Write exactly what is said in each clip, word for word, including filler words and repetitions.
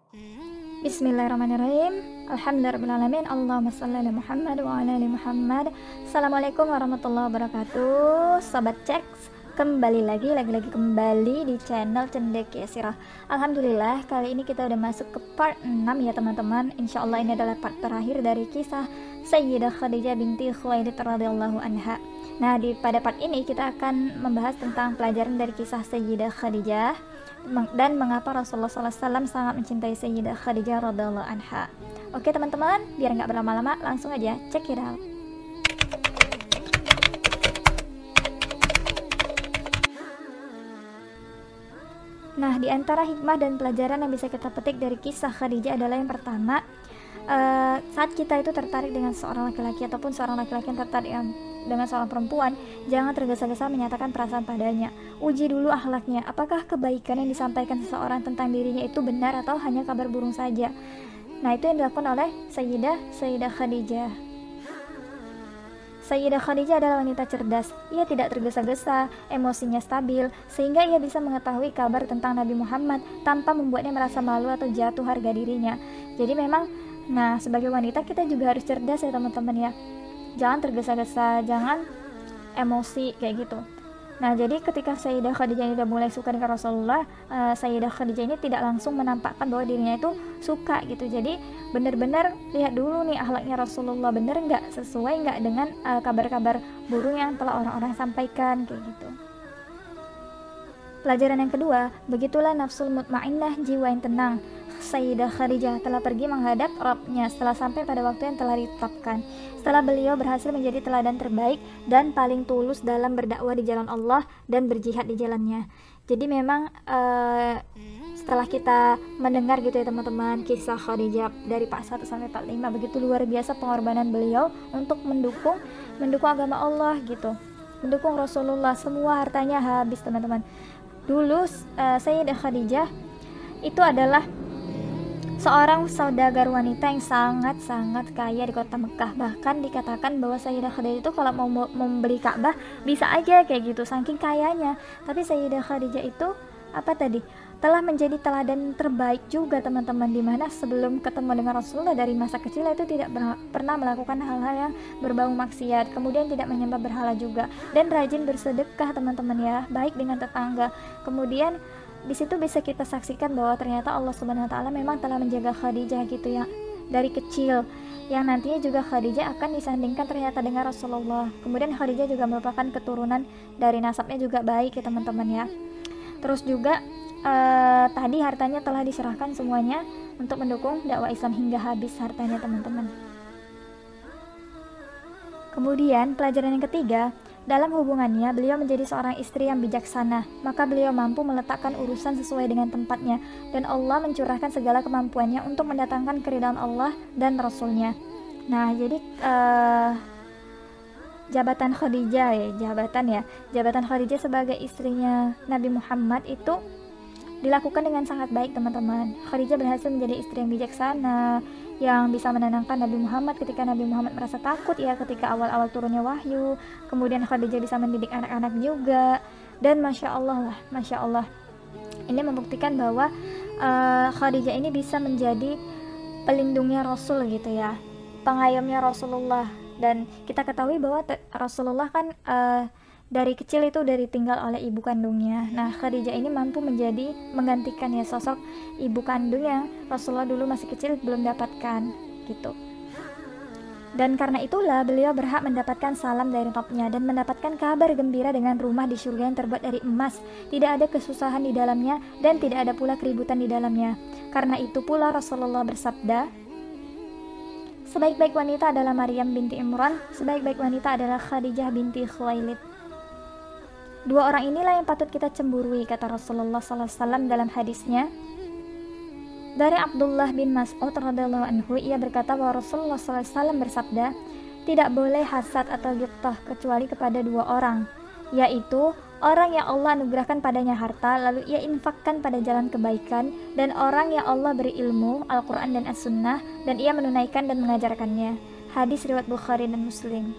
Bismillahirrahmanirrahim. Alhamdulillahirrahmanirrahim. Allahumma shalli ala Muhammad wa ala ali Muhammad. Assalamualaikum warahmatullahi wabarakatuh. Sobat Ceks, kembali lagi, lagi-lagi kembali di channel Cendekia Sirah. Alhamdulillah, kali ini kita udah masuk ke part enam ya teman-teman. Insya Allah ini adalah part terakhir dari kisah Sayyidah Khadijah binti Khuwailid radhiyallahu anha. Nah, di pada part ini kita akan membahas tentang pelajaran dari kisah Sayyidah Khadijah dan mengapa Rasulullah shallallahu alaihi wasallam sangat mencintai Sayyidah Khadijah radhiyallahu anha. Oke teman-teman, biar nggak berlama-lama, langsung aja check it out. Nah, di antara hikmah dan pelajaran yang bisa kita petik dari kisah Khadijah adalah yang pertama, uh, saat kita itu tertarik dengan seorang laki-laki ataupun seorang laki-laki yang tertarik dengan dengan seorang perempuan, jangan tergesa-gesa menyatakan perasaan padanya. Uji dulu akhlaknya, apakah kebaikan yang disampaikan seseorang tentang dirinya itu benar atau hanya kabar burung saja. Nah, itu yang dilakukan oleh Sayyidah Sayyidah Khadijah. Sayyidah Khadijah adalah wanita cerdas. Ia tidak tergesa-gesa, emosinya stabil, sehingga ia bisa mengetahui kabar tentang Nabi Muhammad tanpa membuatnya merasa malu atau jatuh harga dirinya. Jadi memang, nah sebagai wanita kita juga harus cerdas ya teman-teman ya. Jangan tergesa-gesa, jangan emosi kayak gitu. Nah, jadi ketika Sayyidah Khadijah ini udah mulai suka dengan Rasulullah, uh, Sayyidah Khadijah ini tidak langsung menampakkan bahwa dirinya itu suka gitu. Jadi benar-benar lihat dulu nih akhlaknya Rasulullah, bener nggak, sesuai nggak dengan uh, kabar-kabar burung yang telah orang-orang sampaikan kayak gitu. Pelajaran yang kedua, begitulah nafsul mutmainnah, jiwa yang tenang. Sayyidah Khadijah telah pergi menghadap Rabbnya setelah sampai pada waktu yang telah ditetapkan. Setelah beliau berhasil menjadi teladan terbaik dan paling tulus dalam berdakwah di jalan Allah dan berjihad di jalannya. Jadi memang uh, setelah kita mendengar gitu ya teman-teman, kisah Khadijah dari part satu sampai part lima, begitu luar biasa pengorbanan beliau untuk mendukung mendukung agama Allah gitu. Mendukung Rasulullah, semua hartanya habis teman-teman. Dulu uh, Sayyidah Khadijah itu adalah seorang saudagar wanita yang sangat-sangat kaya di kota Mekah. Bahkan dikatakan bahwa Sayyidah Khadijah itu kalau mau membeli Ka'bah bisa aja kayak gitu, saking kayanya. Tapi Sayyidah Khadijah itu apa tadi? Telah menjadi teladan terbaik juga teman-teman, dimana sebelum ketemu dengan Rasulullah dari masa kecil itu tidak pernah melakukan hal-hal yang berbau maksiat, kemudian tidak menyembah berhala juga, dan rajin bersedekah teman-teman ya, baik dengan tetangga. Kemudian di situ bisa kita saksikan bahwa ternyata Allah Subhanahu wa taala memang telah menjaga Khadijah gitu ya dari kecil, yang nantinya juga Khadijah akan disandingkan ternyata dengan Rasulullah. Kemudian Khadijah juga merupakan keturunan dari nasabnya juga baik ya teman-teman ya. Terus juga eh, tadi hartanya telah diserahkan semuanya untuk mendukung dakwah Islam hingga habis hartanya teman-teman. Kemudian pelajaran yang ketiga, dalam hubungannya, beliau menjadi seorang istri yang bijaksana, maka beliau mampu meletakkan urusan sesuai dengan tempatnya, dan Allah mencurahkan segala kemampuannya untuk mendatangkan keridhaan Allah dan Rasulnya. Nah, jadi uh, jabatan Khadijah ya, jabatan ya, jabatan Khadijah sebagai istrinya Nabi Muhammad itu dilakukan dengan sangat baik teman-teman. Khadijah berhasil menjadi istri yang bijaksana, yang bisa menenangkan Nabi Muhammad ketika Nabi Muhammad merasa takut ya ketika awal-awal turunnya wahyu. Kemudian Khadijah bisa mendidik anak-anak juga, dan Masya Allah lah, Masya Allah, ini membuktikan bahwa uh, Khadijah ini bisa menjadi pelindungnya Rasul gitu ya, pengayomnya Rasulullah. Dan kita ketahui bahwa Rasulullah kan uh, dari kecil itu dari tinggal oleh ibu kandungnya. Nah, Khadijah ini mampu menjadi menggantikan ya sosok ibu kandung yang Rasulullah dulu masih kecil belum dapatkan gitu. Dan karena itulah beliau berhak mendapatkan salam dari Rabbnya dan mendapatkan kabar gembira dengan rumah di surga yang terbuat dari emas, tidak ada kesusahan di dalamnya dan tidak ada pula keributan di dalamnya. Karena itu pula Rasulullah bersabda, sebaik-baik wanita adalah Maryam binti Imran, sebaik-baik wanita adalah Khadijah binti Khuwailid. Dua orang inilah yang patut kita cemburui, kata Rasulullah shallallahu alaihi wasallam dalam hadisnya. Dari Abdullah bin Mas'ud radhiyallahu anhu, ia berkata bahwa Rasulullah shallallahu alaihi wasallam bersabda, tidak boleh hasad atau ghibthah kecuali kepada dua orang, yaitu orang yang Allah anugerahkan padanya harta lalu ia infakkan pada jalan kebaikan, dan orang yang Allah beri ilmu Al-Quran dan As-Sunnah dan ia menunaikan dan mengajarkannya. Hadis riwayat Bukhari dan Muslim.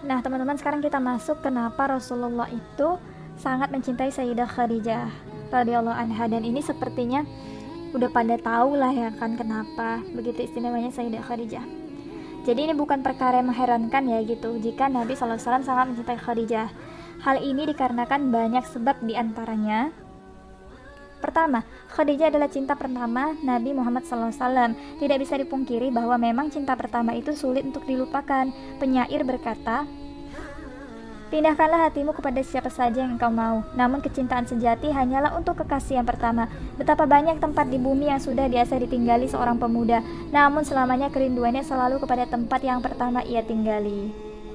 Nah teman-teman, sekarang kita masuk kenapa Rasulullah itu sangat mencintai Sayyidah Khadijah radhiyallahu anha, dan ini sepertinya udah pada tahu lah ya kan kenapa begitu istimewanya Sayyidah Khadijah. Jadi ini bukan perkara yang mengherankan ya gitu jika Nabi shallallahu alaihi wasallam sangat mencintai Khadijah. Hal ini dikarenakan banyak sebab, diantaranya pertama, Khadijah adalah cinta pertama Nabi Muhammad shallallahu alaihi wasallam. Tidak bisa dipungkiri bahwa memang cinta pertama itu sulit untuk dilupakan. Penyair berkata, pindahkanlah hatimu kepada siapa saja yang engkau mau, namun kecintaan sejati hanyalah untuk kekasih yang pertama. Betapa banyak tempat di bumi yang sudah biasa ditinggali seorang pemuda, namun selamanya kerinduannya selalu kepada tempat yang pertama ia tinggali.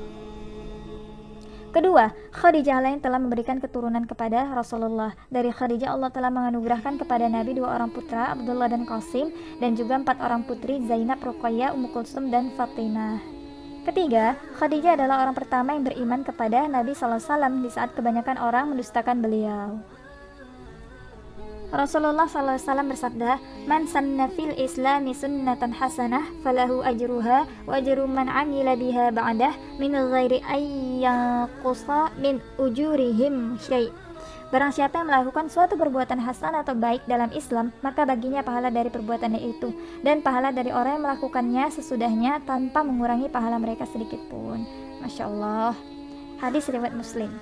Kedua, Khadijah lah yang telah memberikan keturunan kepada Rasulullah. Dari Khadijah Allah telah menganugerahkan kepada Nabi dua orang putra, Abdullah dan Qasim, dan juga empat orang putri, Zainab, Ruqayyah, Ummu Kulsum, dan Fatimah. Ketiga, Khadijah adalah orang pertama yang beriman kepada Nabi shallallahu alaihi wasallam di saat kebanyakan orang mendustakan beliau. Rasulullah shallallahu alaihi wasallam bersabda, "Man sanna fil islami sunnatan hasanah falahu ajruha wa ajru man amila biha ba'dah min ghairi ayyanqusa min ujurihim syai'." Barang siapa yang melakukan suatu perbuatan hasan atau baik dalam Islam, maka baginya pahala dari perbuatannya itu, dan pahala dari orang yang melakukannya sesudahnya tanpa mengurangi pahala mereka sedikit pun. Masya Allah. Hadis riwayat Muslim.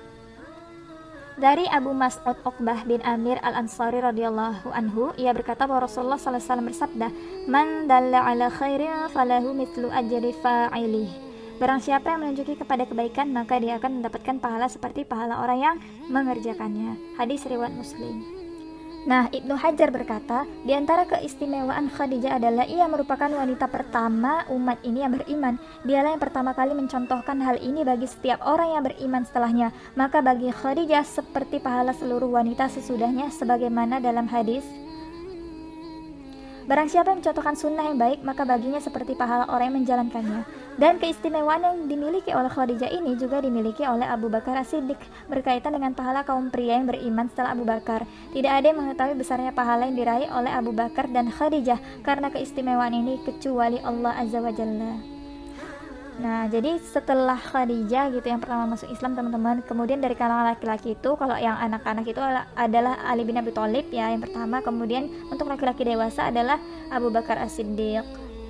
Dari Abu Mas'ud Uqbah bin Amir Al-Ansari radhiyallahu anhu, ia berkata bahwa Rasulullah shallallahu alaihi wasallam bersabda, "Man dalla ala khairin falahu mithlu ajri fa'ilih." Barang siapa yang menunjuki kepada kebaikan, maka dia akan mendapatkan pahala seperti pahala orang yang mengerjakannya. Hadis riwayat Muslim. Nah, Ibnu Hajar berkata, di antara keistimewaan Khadijah adalah ia merupakan wanita pertama umat ini yang beriman. Dialah yang pertama kali mencontohkan hal ini bagi setiap orang yang beriman setelahnya. Maka bagi Khadijah seperti pahala seluruh wanita sesudahnya, sebagaimana dalam hadis, barang siapa yang mencontohkan sunnah yang baik, maka baginya seperti pahala orang yang menjalankannya. Dan keistimewaan yang dimiliki oleh Khadijah ini juga dimiliki oleh Abu Bakar As-Siddiq berkaitan dengan pahala kaum pria yang beriman setelah Abu Bakar. Tidak ada yang mengetahui besarnya pahala yang diraih oleh Abu Bakar dan Khadijah karena keistimewaan ini kecuali Allah Azza wa Jalla. Nah, jadi setelah Khadijah gitu yang pertama masuk Islam teman-teman, kemudian dari kalangan laki-laki itu, kalau yang anak-anak itu adalah Ali bin Abi Thalib ya yang pertama, kemudian untuk laki-laki dewasa adalah Abu Bakar As-Siddiq.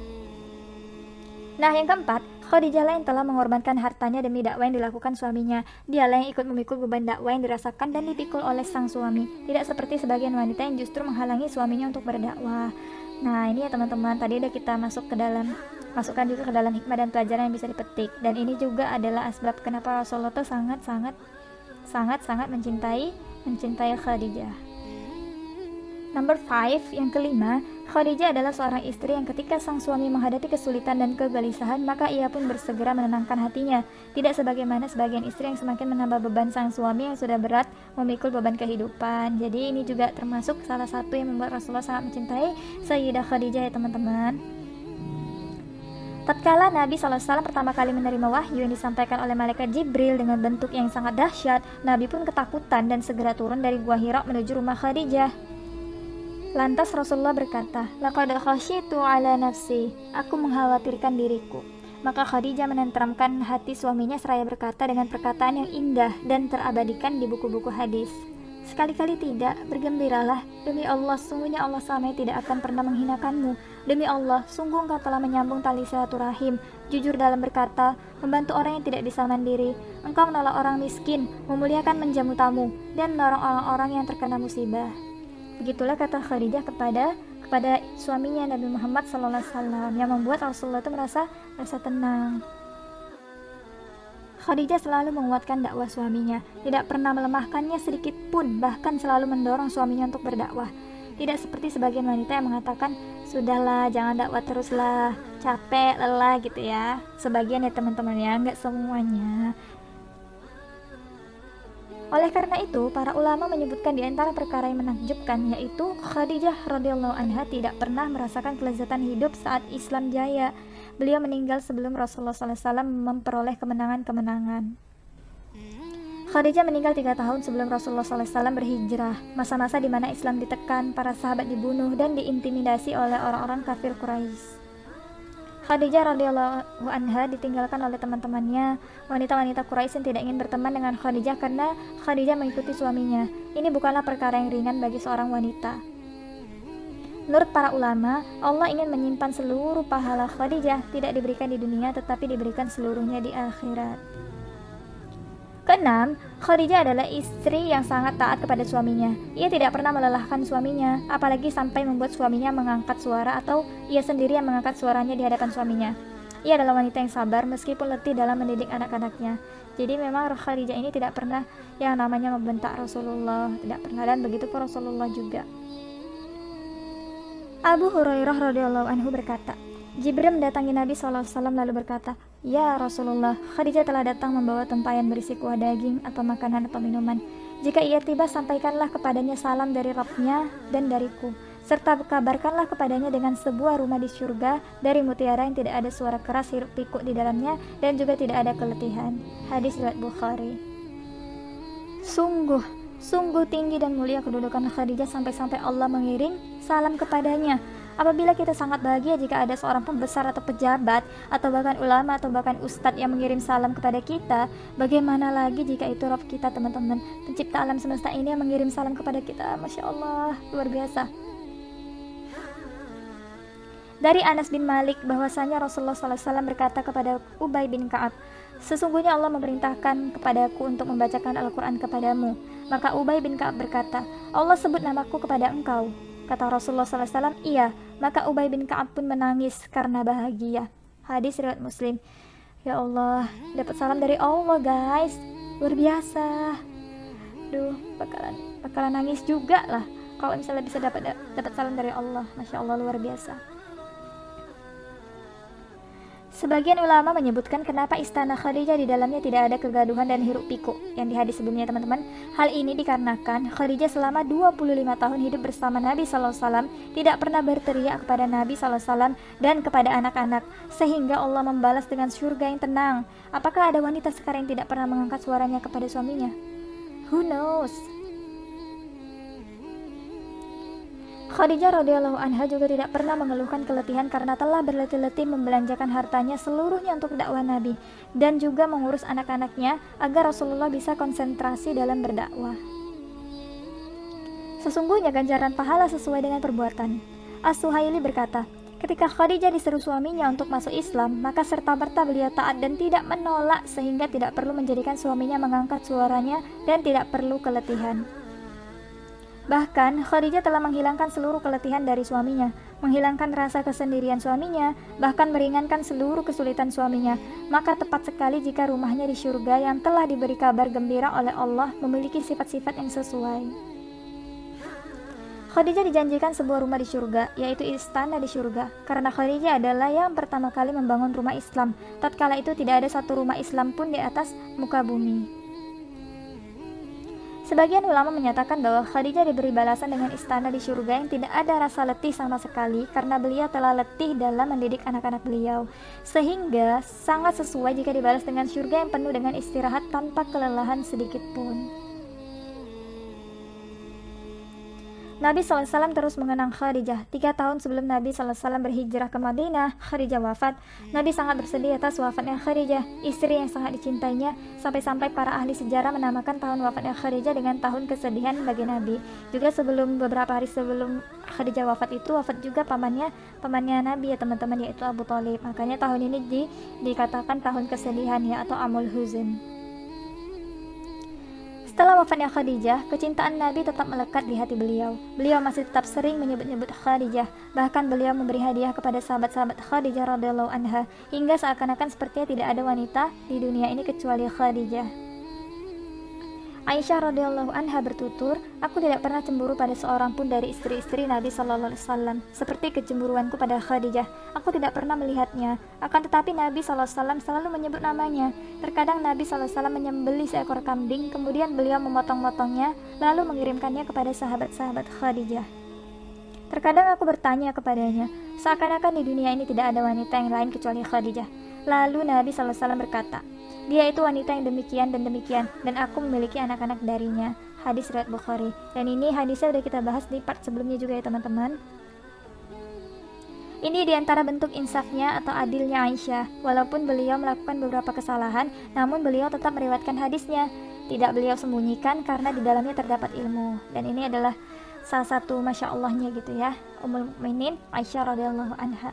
Nah, yang keempat, Khadijah lah yang telah mengorbankan hartanya demi dakwah yang dilakukan suaminya. Dialah yang ikut memikul beban dakwah yang dirasakan dan dipikul oleh sang suami, tidak seperti sebagian wanita yang justru menghalangi suaminya untuk berdakwah. Nah, ini ya teman-teman, tadi udah kita masuk ke dalam masukkan juga ke dalam hikmah dan pelajaran yang bisa dipetik, dan ini juga adalah asbab kenapa Rasulullah itu sangat-sangat sangat-sangat mencintai mencintai Khadijah. Number five, yang kelima, Khadijah adalah seorang istri yang ketika sang suami menghadapi kesulitan dan kegelisahan, maka ia pun bersegera menenangkan hatinya. Tidak sebagaimana sebagian istri yang semakin menambah beban sang suami yang sudah berat memikul beban kehidupan. Jadi ini juga termasuk salah satu yang membuat Rasulullah sangat mencintai Sayyidah Khadijah ya teman-teman. Tatkala Nabi shallallahu alaihi wasallam pertama kali menerima wahyu yang disampaikan oleh malaikat Jibril dengan bentuk yang sangat dahsyat, Nabi pun ketakutan dan segera turun dari gua Hira menuju rumah Khadijah. Lantas Rasulullah berkata, "Laqad khasyitu ala nafsi," aku mengkhawatirkan diriku. Maka Khadijah menenteramkan hati suaminya seraya berkata dengan perkataan yang indah dan terabadikan di buku-buku hadis, "Sekali-kali tidak, bergembiralah. Demi Allah, sungguhnya Allah samai tidak akan pernah menghinakanmu. Demi Allah, sungguh engkau telah menyambung tali silaturahim, jujur dalam berkata, membantu orang yang tidak bisa mandiri. Engkau menolong orang miskin, memuliakan menjamu tamu, dan menolong orang-orang yang terkena musibah." Begitulah kata Khadijah kepada kepada suaminya Nabi Muhammad shallallahu alaihi wasallam, yang membuat Rasulullah itu merasa merasa tenang. Khadijah selalu menguatkan dakwah suaminya, tidak pernah melemahkannya sedikit pun, bahkan selalu mendorong suaminya untuk berdakwah. Tidak seperti sebagian wanita yang mengatakan, "Sudahlah, jangan dakwah teruslah, capek, lelah," gitu ya. Sebagian ya teman-teman ya, nggak semuanya. Oleh karena itu, para ulama menyebutkan di antara perkara yang menakjubkan, yaitu Khadijah radhiyallahu anha tidak pernah merasakan kelezatan hidup saat Islam jaya. Beliau meninggal sebelum Rasulullah shallallahu alaihi wasallam memperoleh kemenangan-kemenangan. Khadijah meninggal tiga tahun sebelum Rasulullah shallallahu alaihi wasallam berhijrah, masa-masa di mana Islam ditekan, para sahabat dibunuh dan diintimidasi oleh orang-orang kafir Quraisy. Khadijah radhiyallahu anha ditinggalkan oleh teman-temannya. Wanita-wanita Quraisy yang tidak ingin berteman dengan Khadijah karena Khadijah mengikuti suaminya. Ini bukanlah perkara yang ringan bagi seorang wanita. Menurut para ulama, Allah ingin menyimpan seluruh pahala Khadijah, tidak diberikan di dunia tetapi diberikan seluruhnya di akhirat. Keenam, Khadijah adalah istri yang sangat taat kepada suaminya. Ia tidak pernah melelahkan suaminya, apalagi sampai membuat suaminya mengangkat suara atau ia sendiri yang mengangkat suaranya di hadapan suaminya. Ia adalah wanita yang sabar meskipun letih dalam mendidik anak-anaknya. Jadi memang Khadijah ini tidak pernah yang namanya membentak Rasulullah, tidak pernah, dan begitu pun Rasulullah juga. Abu Hurairah radhiyallahu anhu berkata, Jibril mendatangi Nabi shallallahu alaihi wasallam lalu berkata, "Ya Rasulullah, Khadijah telah datang membawa tempayan berisi kuah daging atau makanan atau minuman. Jika ia tiba, sampaikanlah kepadanya salam dari Rabbnya dan dariku, serta kabarkanlah kepadanya dengan sebuah rumah di surga dari mutiara yang tidak ada suara keras hiruk pikuk di dalamnya dan juga tidak ada keletihan." Hadis riwayat Bukhari. Sungguh, sungguh tinggi dan mulia kedudukan Khadijah sampai-sampai Allah mengirim salam kepadanya. Apabila kita sangat bahagia jika ada seorang pembesar atau pejabat atau bahkan ulama atau bahkan ustadz yang mengirim salam kepada kita, bagaimana lagi jika itu Rabb kita, teman-teman, pencipta alam semesta ini yang mengirim salam kepada kita. Masya Allah, luar biasa. Dari Anas bin Malik bahwasanya Rasulullah shallallahu alaihi wasallam berkata kepada Ubay bin Ka'ab, "Sesungguhnya Allah memerintahkan kepadaku untuk membacakan Al-Quran kepadamu." Maka Ubay bin Ka'ab berkata, "Allah sebut namaku kepada engkau." Kata Rasulullah shallallahu alaihi wasallam, "Iya." Maka Ubay bin Ka'ab pun menangis karena bahagia. Hadis riwayat Muslim. Ya Allah, dapat salam dari Allah, guys, luar biasa. Duh, bakalan bakalan nangis juga lah kalau misalnya bisa dapat dapat salam dari Allah. Masya Allah, luar biasa. Sebagian ulama menyebutkan kenapa istana Khadijah di dalamnya tidak ada kegaduhan dan hiruk pikuk yang di hadis sebelumnya, teman-teman. Hal ini dikarenakan Khadijah selama dua puluh lima tahun hidup bersama Nabi shallallahu alaihi wasallam tidak pernah berteriak kepada Nabi shallallahu alaihi wasallam dan kepada anak-anak, sehingga Allah membalas dengan surga yang tenang. Apakah ada wanita sekarang yang tidak pernah mengangkat suaranya kepada suaminya? Who knows? Khadijah radhiyallahu anha juga tidak pernah mengeluhkan keletihan karena telah berletih-letih membelanjakan hartanya seluruhnya untuk dakwah Nabi dan juga mengurus anak-anaknya agar Rasulullah bisa konsentrasi dalam berdakwah. Sesungguhnya ganjaran pahala sesuai dengan perbuatan. As-Suhaili berkata, ketika Khadijah diseru suaminya untuk masuk Islam, maka serta-merta beliau taat dan tidak menolak sehingga tidak perlu menjadikan suaminya mengangkat suaranya dan tidak perlu keletihan. Bahkan, Khadijah telah menghilangkan seluruh keletihan dari suaminya, menghilangkan rasa kesendirian suaminya, bahkan meringankan seluruh kesulitan suaminya. Maka tepat sekali jika rumahnya di surga yang telah diberi kabar gembira oleh Allah memiliki sifat-sifat yang sesuai. Khadijah dijanjikan sebuah rumah di surga, yaitu istana di surga, karena Khadijah adalah yang pertama kali membangun rumah Islam. Tatkala itu tidak ada satu rumah Islam pun di atas muka bumi. Sebagian ulama menyatakan bahwa Khadijah diberi balasan dengan istana di surga yang tidak ada rasa letih sama sekali karena beliau telah letih dalam mendidik anak-anak beliau, sehingga sangat sesuai jika dibalas dengan surga yang penuh dengan istirahat tanpa kelelahan sedikit pun. Nabi shallallahu alaihi wasallam terus mengenang Khadijah. Tiga tahun sebelum Nabi shallallahu alaihi wasallam berhijrah ke Madinah, Khadijah wafat. Nabi sangat bersedih atas wafatnya Khadijah, istri yang sangat dicintainya, sampai-sampai para ahli sejarah menamakan tahun wafatnya Khadijah dengan tahun kesedihan bagi Nabi. Juga sebelum beberapa hari sebelum Khadijah wafat itu, wafat juga pamannya, pamannya Nabi ya teman-teman, yaitu Abu Thalib. Makanya tahun ini di, dikatakan tahun kesedihan ya, atau Amul Huzn. Setelah wafatnya Khadijah, kecintaan Nabi tetap melekat di hati beliau. Beliau masih tetap sering menyebut-nyebut Khadijah. Bahkan beliau memberi hadiah kepada sahabat-sahabat Khadijah radhiyallahu anha, hingga seakan-akan sepertinya tidak ada wanita di dunia ini kecuali Khadijah. Aisyah radhiyallahu anha bertutur, "Aku tidak pernah cemburu pada seorang pun dari istri-istri Nabi sallallahu alaihi wasallam seperti kecemburuanku pada Khadijah. Aku tidak pernah melihatnya, akan tetapi Nabi sallallahu alaihi wasallam selalu menyebut namanya. Terkadang Nabi sallallahu alaihi wasallam menyembelih seekor kambing, kemudian beliau memotong-motongnya lalu mengirimkannya kepada sahabat-sahabat Khadijah. Terkadang aku bertanya kepadanya, seakan-akan di dunia ini tidak ada wanita yang lain kecuali Khadijah. Lalu Nabi sallallahu alaihi wasallam berkata, dia itu wanita yang demikian dan demikian, dan aku memiliki anak-anak darinya." Hadis riwayat Bukhari. Dan ini hadisnya udah kita bahas di part sebelumnya juga ya teman-teman. Ini diantara bentuk insafnya atau adilnya Aisyah. Walaupun beliau melakukan beberapa kesalahan, namun beliau tetap meriwayatkan hadisnya. Tidak beliau sembunyikan karena di dalamnya terdapat ilmu. Dan ini adalah salah satu masya Allahnya gitu ya, Ummul Mukminin Aisyah radhiyallahu anha.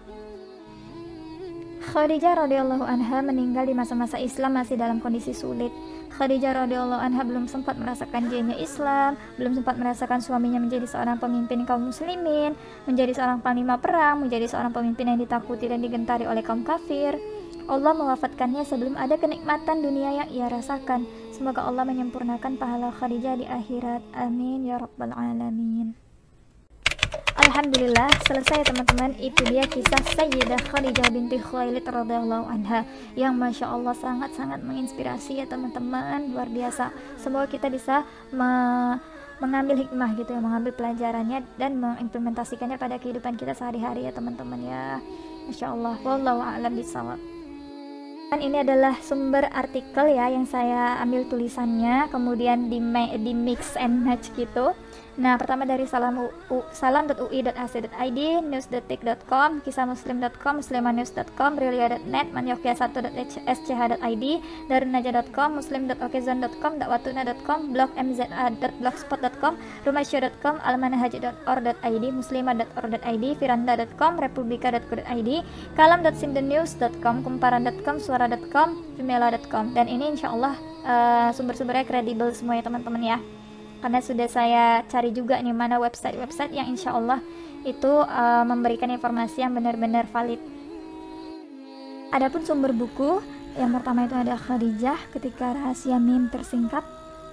Khadijah radhiyallahu anha meninggal di masa-masa Islam masih dalam kondisi sulit. Khadijah radhiyallahu anha belum sempat merasakan jaya Islam, belum sempat merasakan suaminya menjadi seorang pemimpin kaum muslimin, menjadi seorang panglima perang, menjadi seorang pemimpin yang ditakuti dan digentari oleh kaum kafir. Allah mewafatkannya sebelum ada kenikmatan dunia yang ia rasakan. Semoga Allah menyempurnakan pahala Khadijah di akhirat. Amin ya rabbal alamin. Alhamdulillah, selesai teman-teman. Itu dia kisah Sayyidah Khadijah binti Khuwailid radhiyallahu anha yang masya Allah sangat-sangat menginspirasi ya teman-teman, luar biasa. Semoga kita bisa me- mengambil hikmah gitu ya, mengambil pelajarannya dan mengimplementasikannya pada kehidupan kita sehari-hari ya teman-teman ya. Masya Allah, wallahu a'lam bishawab. Ini adalah sumber artikel ya yang saya ambil tulisannya, kemudian di, di mix and match gitu. Nah, pertama dari salam u, salam dot u i dot a c dot i d, news dot tik dot com, kisah muslim dot com, muslimanews dot com, brilia dot net, manyokya satu dot s c h dot i d, darunaja dot com, muslim dot okezon dot com, dakwatuna dot com, blog m z a dot blogspot dot com, rumahsyo dot com, almanhaj dot org dot i d, muslimah dot org dot i d, firanda dot com, republika dot co dot i d, kalam dot sindonews dot com, kumparan dot com, suara dot com, vimela dot com. Dan ini insyaallah uh, sumber-sumbernya kredibel semua ya teman-teman ya, karena sudah saya cari juga nih mana website-website yang insya Allah itu uh, memberikan informasi yang benar-benar valid. Adapun sumber buku, yang pertama itu ada Khadijah ketika rahasia mim tersingkap,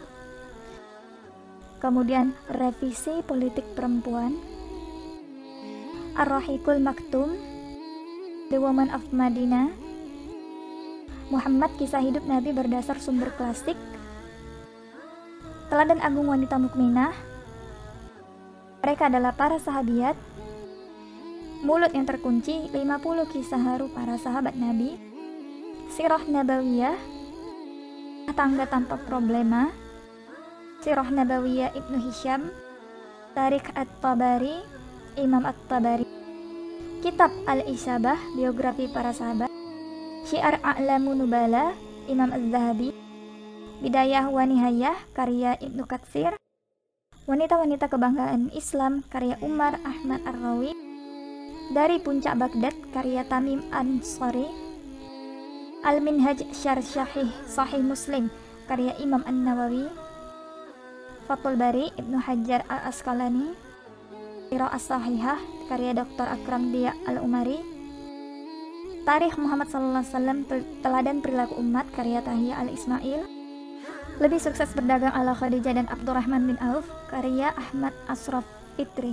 kemudian revisi politik perempuan, Ar-Rahiqul Maktum, The Woman of Madinah, Muhammad kisah hidup Nabi berdasar sumber klasik, Teladan Agung Wanita Mukminah, mereka adalah para sahabiat, Mulut yang terkunci, lima puluh kisah haru para sahabat Nabi, Sirah Nabawiyah, Tangga Tanpa Problema, Sirah Nabawiyah Ibnu Hisham, Tarik At-Tabari, Imam At-Tabari, Kitab Al-Isabah, biografi para sahabat, Syiar A'lamun Nubala, Imam Az-Zahabi, Bidayah wa Nihayah, karya Ibnu Katsir, Wanita-Wanita Kebanggaan Islam, karya Umar Ahmad Ar-Rawi, Dari Puncak Baghdad, karya Tamim Ansari, Al-Minhaj Syarh Syahih Sahih Muslim, karya Imam An-Nawawi, Fathul Bari Ibnu Hajar Al-Asqalani, Qiraah Sahihah, karya Doktor Akram Dia Al-Umari, Tarikh Muhammad sallallahu alaihi wasallam, Teladan Perilaku Umat, karya Tahiyah Al-Ismail, Lebih Sukses Berdagang ala Khadijah dan Abdurrahman bin Auf, karya Ahmad Ashraf Fitri.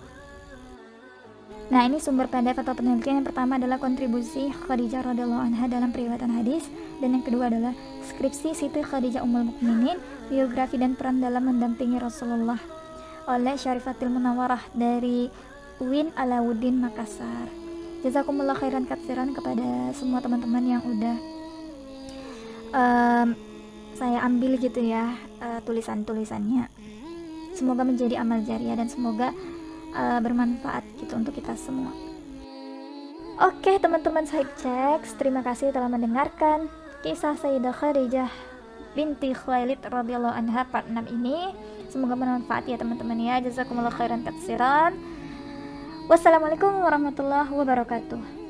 Nah, ini sumber P D F atau penelitian. Yang pertama adalah kontribusi Khadijah radhiyallahu anha dalam periwayatan hadis, dan yang kedua adalah skripsi Siti Khadijah Ummul Mukminin, biografi dan peran dalam mendampingi Rasulullah oleh Syarifatil Munawwarah dari U I N Alauddin Makassar. Jazakumullah khairan katsiran kepada semua teman-teman yang udah um, saya ambil gitu ya uh, tulisan-tulisannya. Semoga menjadi amal jariah dan semoga uh, bermanfaat gitu untuk kita semua. Oke teman-teman Sahib Ceks, terima kasih telah mendengarkan kisah Sayyidah Khadijah binti Khuwailid radhiyallahu anha part enam ini. Semoga bermanfaat ya teman-teman ya. Jazakumullah khairan katsiran. Wassalamualaikum warahmatullahi wabarakatuh.